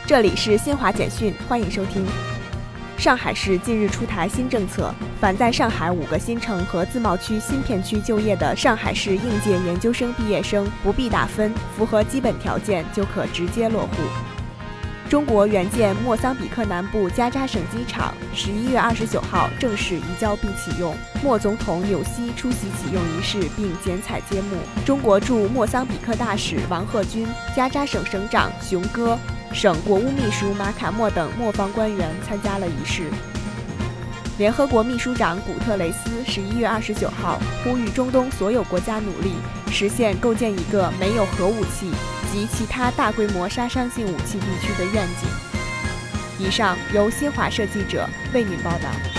这里是新华简讯，欢迎收听。上海市近日出台新政策，凡在上海5个新城和自贸区新片区就业的上海市应届研究生毕业生不必打分，符合基本条件就可直接落户。中国援建莫桑比克南部加扎省机场11月29号正式移交并启用，莫总统纽西出席启用仪式并剪彩揭幕。中国驻莫桑比克大使王鹤军、加扎省省长熊哥、省国务秘书马卡莫等莫方官员参加了仪式。联合国秘书长古特雷斯11月29号呼吁中东所有国家努力实现构建一个没有核武器及其他大规模杀伤性武器地区的愿景。以上由新华社记者为您报道。